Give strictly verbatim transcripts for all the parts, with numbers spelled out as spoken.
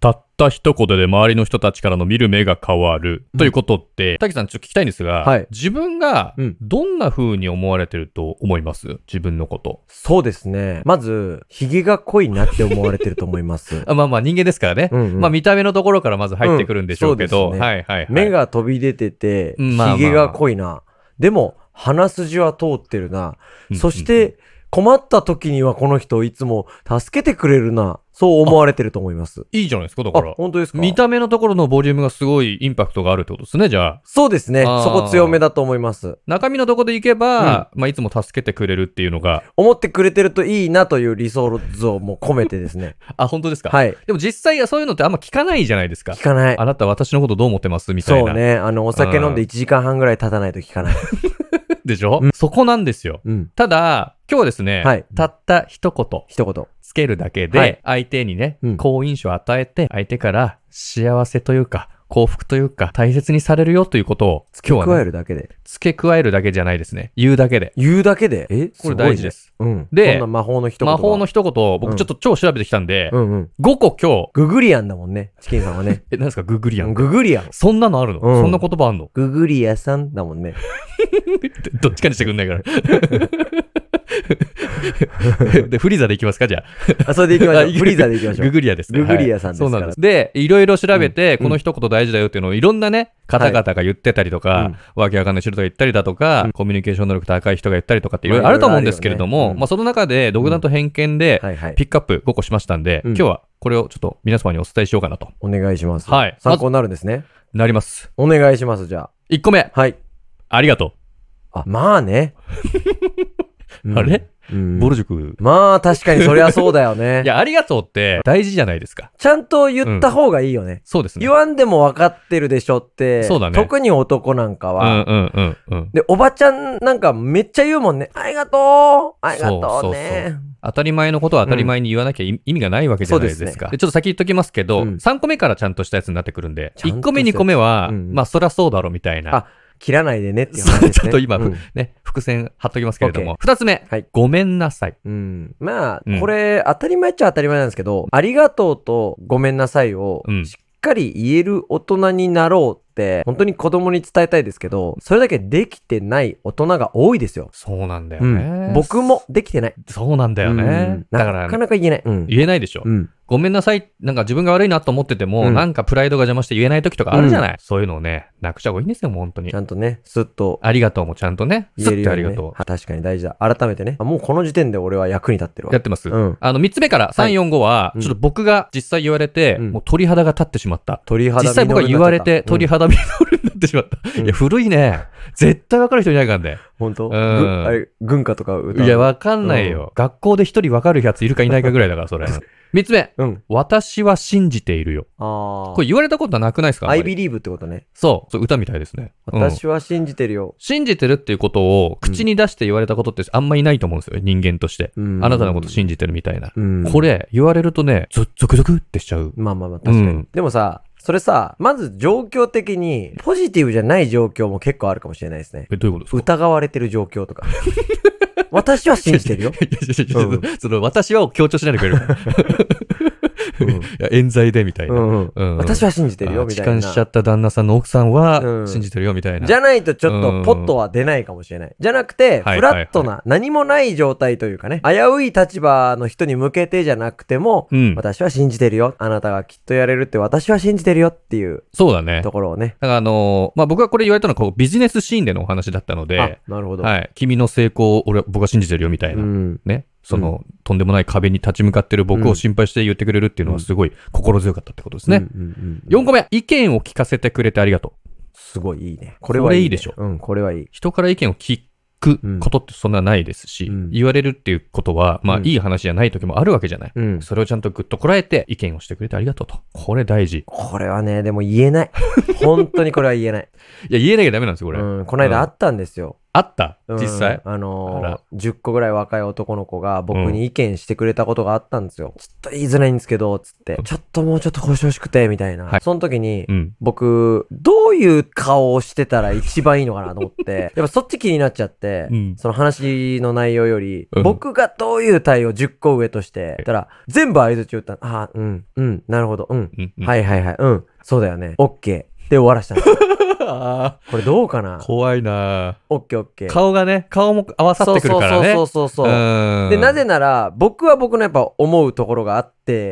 たった一言で周りの人たちからの見る目が変わる、うん、ということって、滝さんちょっと聞きたいんですが、はい、自分がどんな風に思われてると思います？自分のこと。 そうですね。まず、ヒゲが濃いなって思われてると思います。 あまあまあ人間ですからね。うんうん、まあ見た目のところからまず入ってくるんでしょうけど、うんね、はいはいはい。 目が飛び出てて、ヒゲが濃いな。まあまあまあ、でも、鼻筋は通ってるな。そして、困った時にはこの人いつも助けてくれるな。そう思われてると思います。 いいじゃないですか、だから。 本当ですか？ 見た目のところのボリュームがすごいインパクトがあるってことですね、じゃあ。 そうですね。そこ強めだと思います。 中身のところでいけば、うん、まあいつも助けてくれるっていうのが。 思ってくれてるといいなという理想像も込めてですね。 あ、本当ですか？ はい。 でも実際はそういうのってあんま聞かないじゃないですか。 聞かない。 あなた私のことどう思ってますみたいな。 そうね。あの、お酒飲んでいちじかんはんぐらい経たないと聞かない。 でしょ、うん、そこなんですよ。うん、ただ、今日はですね、はい、たった一言。 一言。 つけるだけで、はい、相手にね、うん、好印象を与えて、相手から幸せというか、幸福というか、大切にされるよということを、 今日は、ね、付け加えるだけで。 付け加えるだけじゃないですね。言うだけで。 言うだけでえこれ大事です。 うん。 で、 そんな魔法の一言。 魔法の一言、僕ちょっと超調べてきたんで、 うんうん、 ごこ今日。 ググリアンだもんね、チキンさんはね。 え、何ですかググリアン？ ググリアン。 そんなのあるの、うん、そんな言葉あんの？ ググリアさんだもんね。 どっちかにしてくんないから。で、フリーザでいきますかじゃあ。 あ、それでいきましょう。フリーザでいきましょう。 ググリアですね。 ググリアさんですから、 はい。そうなんです。で、いろいろ調べて、うん、この一言大事だよっていうのをいろんなね、方々が言ってたりとか、はい、わけわかんない人が言ったりだとか、うん、コミュニケーション能力高い人が言ったりとかっていろいろあると思うんですけれども、まあ、ねうん、まあその中で独断と偏見でピックアップごこしましたんで、うん、今日はこれをちょっと皆様にお伝えしようかなと。 お願いします。 はい。 参考になるんですね。 ま、なります。 お願いします、じゃあ。 いっこめ。 はい。 ありがとう。 あ、まあね。 うん、あれうん、ボル塾。 まあ確かにそりゃそうだよね。 いや、ありがとうって大事じゃないですか。 ちゃんと言った方がいいよね。うん、 そうですね。 言わんでも分かってるでしょって。 そうだね。 特に男なんかは。 うんうんうんうん。 で、おばちゃんなんかめっちゃ言うもんね。ありがとうありがとうね。そうそうそう。 当たり前のことは当たり前に言わなきゃ意味がないわけじゃないですか。うん、ですね、でちょっと先言っときますけど、うん、さんこめからちゃんとしたやつになってくるんで、いっこめにこめは、うんうん、まあそりゃそうだろみたいな。 あ切らないでねっていう話ですね。 ちょっと今、うん、ね、伏線貼っときますけれども。二つ目、はい、ごめんなさい。 うん。まあ、うん、これ、当たり前っちゃ当たり前なんですけど、ありがとうとごめんなさいを、しっかり言える大人になろうって、本当に子供に伝えたいですけど、それだけできてない大人が多いですよ。 そうなんだよね。 うん、僕もできてない。 そうなんだよね。うん、 だから、なかなか言えない。うん、 言えないでしょ。うんごめんなさい。なんか自分が悪いなと思ってても、うん、なんかプライドが邪魔して言えない時とかあるじゃない、うん、そういうのをね、なくした方がいいんですよ、本当に。 ちゃんとね、スッと。 ありがとうもちゃんとね、 言えるように、ね。 スッてありがとう。 確かに大事だ。改めてね。もうこの時点で俺は役に立ってるわ。 やってます。 うん、 あの、三つ目からさん、よん、ごは、ちょっと僕が実際言われて、うん、もう鳥肌が立ってしまった。 鳥肌実際僕が言われて、鳥肌実るになってしまった。うん、いや、古いね。絶対わかる人いないからね。 本当？うん。あれ、軍歌とか歌う？ いや、わかんないよ。うん、学校で一人わかるやついるかいないかぐらいだから、それ。三つ目、うん、私は信じているよ。あこれ言われたことはなくないですか？ I believe ってことね。 そう、そう歌みたいですね。 私は信じてるよ、うん。 信じてるっていうことを口に出して言われたことってあんまいないと思うんですよ、人間として。うん、あなたのこと信じてるみたいな。うん、これ言われるとね、ゾクゾクってしちゃう。 まあまあまあ、確かに。うん、でもさ、それさ、まず状況的にポジティブじゃない状況も結構あるかもしれないですね。 え、どういうことですか？ 疑われてる状況とか。私は信じてるよ。 その私はを強調しないでくれる。うん、いや冤罪でみたいな、うんうん、私は信じてるよみたいな。 痴漢しちゃった旦那さんの奥さんは信じてるよみたいな、うん、 じゃないとちょっとポットは出ないかもしれない。じゃなくて、フラットな何もない状態というかね、危うい立場の人に向けてじゃなくても、うん、私は信じてるよ、あなたがきっとやれるって私は信じてるよっていうそうだねところをね。 だからあのー、まあ僕がこれ言われたのはこうビジネスシーンでのお話だったので、 あ、なるほど、 はい、君の成功を俺僕は信じてるよみたいな、うん、ね。その、うん、とんでもない壁に立ち向かってる僕を心配して言ってくれるっていうのはすごい心強かったってことですね。よんこめ、意見を聞かせてくれてありがとう。 すごいいいね。これはいい、ね。これいいでしょ。 うん、これはいい。 人から意見を聞くことってそんなないですし、うん、言われるっていうことは、まあ、うん、いい話じゃない時もあるわけじゃない。うん、それをちゃんとぐっとこらえて意見をしてくれてありがとうと。これ大事。 これはね、でも言えない。本当にこれは言えない。 いや、言えなきゃダメなんですよ、これ。 うん、この間あったんですよ。 あったうん実際、 あのーあら、 じゅっこぐらい若い男の子が僕に意見してくれたことがあったんですよ。ちょっと言いづらいんですけど、つって。ちょっともうちょっとこうしてほしくて、みたいな。 はいその時に、 うん、 僕、どういう顔をしてたら一番いいのかなと思って、やっぱそっち気になっちゃって、 うんその話の内容より、 うん僕がどういう対応じゅっこ上として、たら、全部相槌打った。ああ、うん、うん、なるほど、うん。 うんうん、 はいはいはい、うん、そうだよね。オッケー。で終わらしたんですよ。 あこれどうかな怖いな。 オッケーオッケー。 顔がね、顔も合わさってくるからね。 そうそうそうそうそう。 うんで、なぜなら、僕は僕のやっぱ思うところがあって、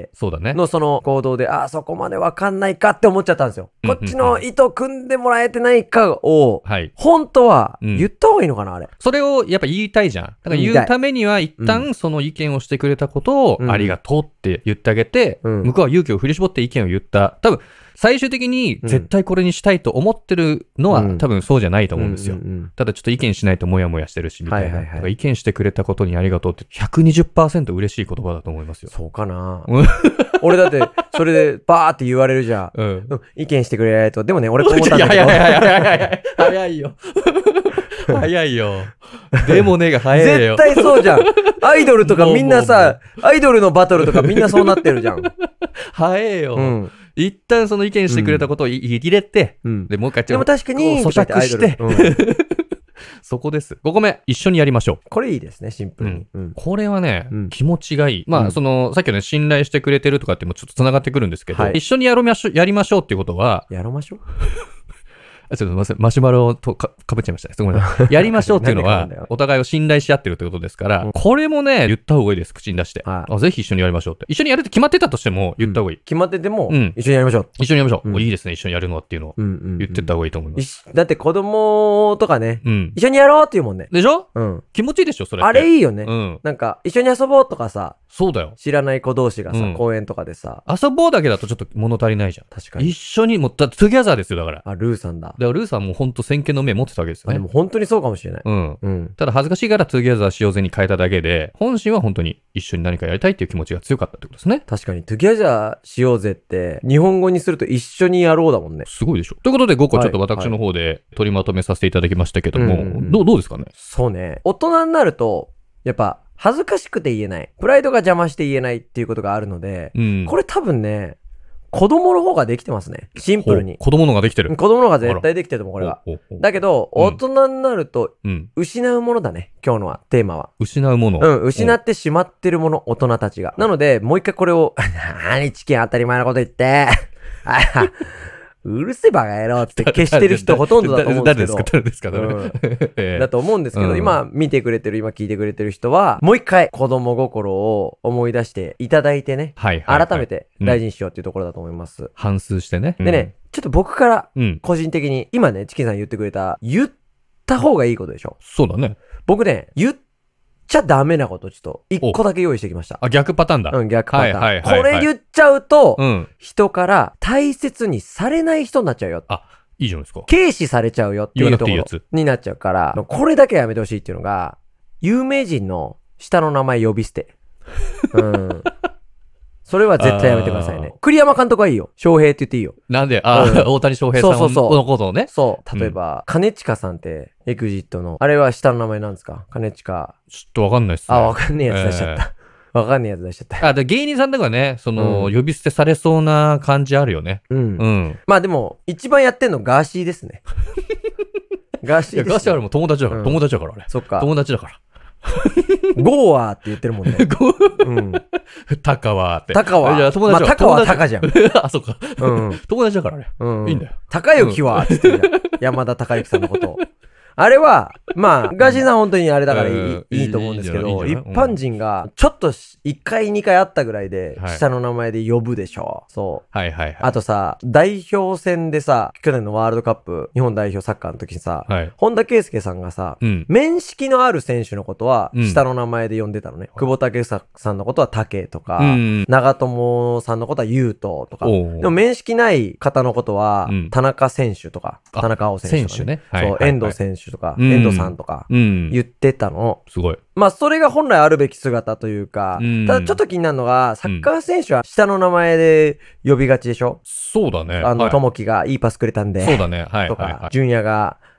そうだね。 のその行動で、ああ、そこまでわかんないかって思っちゃったんですよ。 うんうんうんこっちの意図組んでもらえてないかを、 はい。 本当はうん言った方がいいのかな、あれ。 それをやっぱ言いたいじゃん。だから言うためには一旦その意見をしてくれたことをうんありがとうって言ってあげて、 うん向こうは勇気を振り絞って意見を言った。多分最終的に絶対これにしたいと思ってるのは、 うん多分そうじゃないと思うんですよ。 うんうんうんただちょっと意見しないとモヤモヤしてるしみたいな。 はいはいはいだから意見してくれたことにありがとうってひゃくにじゅっパーセント嬉しい言葉だと思いますよ。 そうかなうん。 俺だって、それでバーって言われるじゃん。 うん。 うん、意見してくれないと。でもね、俺こう思ったんだけど。 いや早い早い早い早い早いよ。早いよ。でもねが早いよ。 絶対そうじゃん。アイドルとかみんなさ、アイドルのバトルとかみんなそうなってるじゃん。 早いよ。 うん。 一旦その意見してくれたことをい入れて、 うん。 で、もう一回でも確かに、 こう咀嚼して、 とか言ってアイドルうんそこです。ごこめ、一緒にやりましょう。 これいいですね、シンプルに。うん。 これはね、 うん気持ちがいい。まあ、 うんその、さっきのね、信頼してくれてるとかってもちょっと繋がってくるんですけど、 はい一緒にやろましょやりましょうっていうことは、 やろましょう。 あちょっとすみません、マシュマロとかかぶっちゃいましたね。ごめんなさい。やりましょうっていうのはなんでかぶんだよ、 お互いを信頼し合ってるってことですから、 うんこれもね、言った方がいいです、口に出して。 はいあぜひ一緒にやりましょうって。一緒にやるって決まってたとしても、言った方がいい。 決まっててもうん、 一緒にやりましょう。 一緒にやりましょう。 うんおいいですね、一緒にやるのはっていうのをうんうんうん。 言ってった方がいいと思います。 いしだって子供とかね、 うん。 一緒にやろうって言うもんね。 でしょうん。 気持ちいいでしょ、それって。 あれいいよねう。ん。 なんか、一緒に遊ぼうとかさ、 そうだよ。 知らない子同士がさうん、 公園とかでさ、 遊ぼうだけだとちょっと物足りないじゃん。 確かに。 一緒に、もう、だトゥギャザーですよ、だから。だかあ、ルーさんだ。 らルーさんもほんと先見の目持ってたわけですよあ、でね。 も本当にそうかもしれない。 うん。 うん。 ただ恥ずかしいからトゥギャザーしようぜに変えただけで、本心は本当に一緒に何かやりたいっていう気持ちが強かったってことですね。 確かに、トゥギャザーしようぜって、日本語にすると一緒にやろうだもんね。 すごいでしょ。ということでごこはいちょっと私の方で取りまとめさせていただきましたけども、 うんうんうんどう、どうですかね。 そうね。大人になると、やっぱ、恥ずかしくて言えない。プライドが邪魔して言えないっていうことがあるので、 うん。 これ多分ね、子供の方ができてますね。シンプルに。 ほう子供のができてる。 子供の方が絶対できてると思う、これは。 ほうほうほうだけど、 うん大人になると、 うん。 失うものだね。今日のは、テーマは。 失うもの。 うん、失ってしまってるもの、大人たちが。なので、もう一回これを、何チキン当たり前のこと言って、あうるせえバカ野郎って消してる人ほとんどだと思うんですけど。 誰ですか誰ですか、誰ええだと思うんですけど、 うん今見てくれてる、今聞いてくれてる人は、もう一回子供心を思い出していただいてね、 はいはいはい。 改めて大事にしようっていうところだと思います。 反数してね。 でね、ちょっと僕からうん。うん。 個人的に、今ね、チキンさん言ってくれた、言った方がいいことでしょ。 そうだね。 僕ね、言っちゃダメなことちょっと一個だけ用意してきました。 あ、逆パターンだ。 うん、逆パターン。 はいはいはいはいこれ言っちゃうと、 うん。 人から大切にされない人になっちゃうよ。 あ、いいじゃないですか。 軽視されちゃうよって言わいうところなくていいやつになっちゃうから、これだけはやめてほしいっていうのが、有名人の下の名前呼び捨て。うん。それは絶対やめてくださいね。栗山監督はいいよ。翔平って言っていいよ。 なんで、あ、 うん大谷翔平さんそうそうそうのことをね。 そう。例えば、兼近さんって、エグジットの、あれは下の名前なんですか兼近。 ちょっとわかんないっすね。 あ、わかんねえやつ出しちゃった。わかんねえやつ出しちゃった。 あ、で芸人さんとかね、その、 うん呼び捨てされそうな感じあるよね。 うん。 うん。 まあでも、一番やってんのガーシーですね。ガーシいや、 ーです、ね。 ガシャールも友達だから、 うん友達だから、あれ。 そっか。 友達だから。 ゴーアーって言ってるもんね。うん。 タカはって。 タカは。 いや、友達まあ、タカはタカじじゃん。 ゃん。あ、そっか。 うん。 友達だからね。 うん。 いいんだよ。 高之はって言ってるじゃん。山田孝之さんのことを。あれは、まあ、ガーシーさん本当にあれだからいい,、 うんいいと思うんですけど、一いいんじゃない般人が、ちょっといっかいにかいあったぐらいで、 はい下の名前で呼ぶでしょ。そう。 はいはいはい。 あとさ、代表戦でさ、去年のワールドカップ、日本代表サッカーの時にさ、 はい。 本田圭佑さんがさ、 うん。 面識のある選手のことはうん、 下の名前で呼んでたのね。久保建英さんのことは武とか、 うん。 長友さんのことは優斗とか。 おうでも面識ない方のことはうん、 田中選手とか、 あ田中碧選手とか、 選手ねそう、 はいはいはい遠藤選手とか、 うん遠藤さんとか、 うん。 言ってたの。 すごい。 まあ、それが本来あるべき姿というか、 うんただちょっと気になるのが、サッカー選手は下の名前で呼びがちでしょ、 そうだね。 あの、 はいともきがいいパスくれたんで、 そうだね。はい。 とはいはか、純也が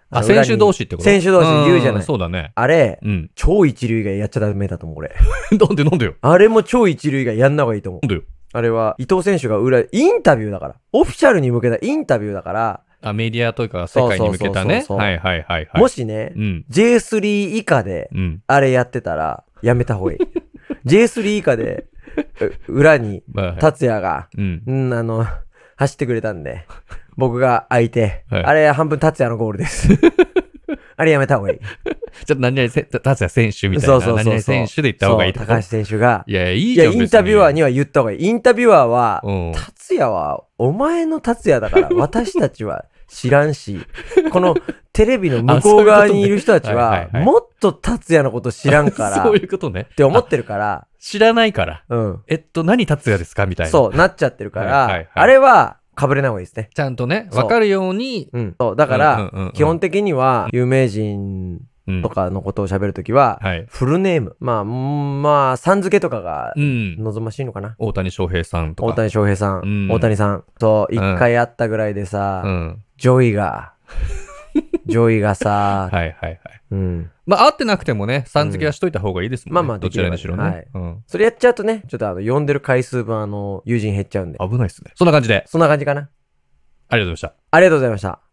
あ、選手同士ってこと？ 選手同士言うじゃない。 そうだね。 あれ、うん、超一流以外やっちゃダメだと思う、俺。 なんでなんでよ。 あれも超一流以外やんな方がいいと思う。 なんでよ。 あれは、伊藤選手が裏、インタビューだから。オフィシャルに向けたインタビューだから、 あ、メディアというか世界に向けたね。はいはいはいはい。 もしね、うん、ジェイスリー 以下で、あれやってたら、やめた方がいい。ジェイスリー 以下で、裏に、達也が、うん、うん、あの、走ってくれたんで、僕が相手、はい、あれ半分達也のゴールです。あれやめた方がいい。ちょっと何々達也選手みたいな。そうそうそうそう。何々選手で言った方がいいと。 高橋選手が。 いや、いいじゃん。 いや、インタビュアーには言った方がいい。インタビュアーは、達也は、お前の達也だから、私たちは知らんし、このテレビの向こう側にいる人たちは、もっと達也のこと知らんから、 そういうことね。 って思ってるから、 知らないから。うん。えっと、何達也ですかみたいな。 そう、なっちゃってるから、あれは、かぶれない方がいいですね。 ちゃんとね、わかるように。 うん。そう。だから、基本的には、有名人とかのことを喋るときは、フルネーム。まあ、まあ、さん付けとかが望ましいのかな。 大谷翔平さんとか。 大谷翔平さん。大谷さん。と、一回会ったぐらいでさ、ジョイが、ジョイがさ、 はいはいはい。うん。まあ、会ってなくてもね、さん付けはしといた方がいいですもんね。まあまあ、どちらにしろね。はい。 それやっちゃうとね、ちょっとあの、呼んでる回数分、あの、友人減っちゃうんで。 危ないっすね。そんな感じで。 そんな感じかな。 ありがとうございました。 ありがとうございました。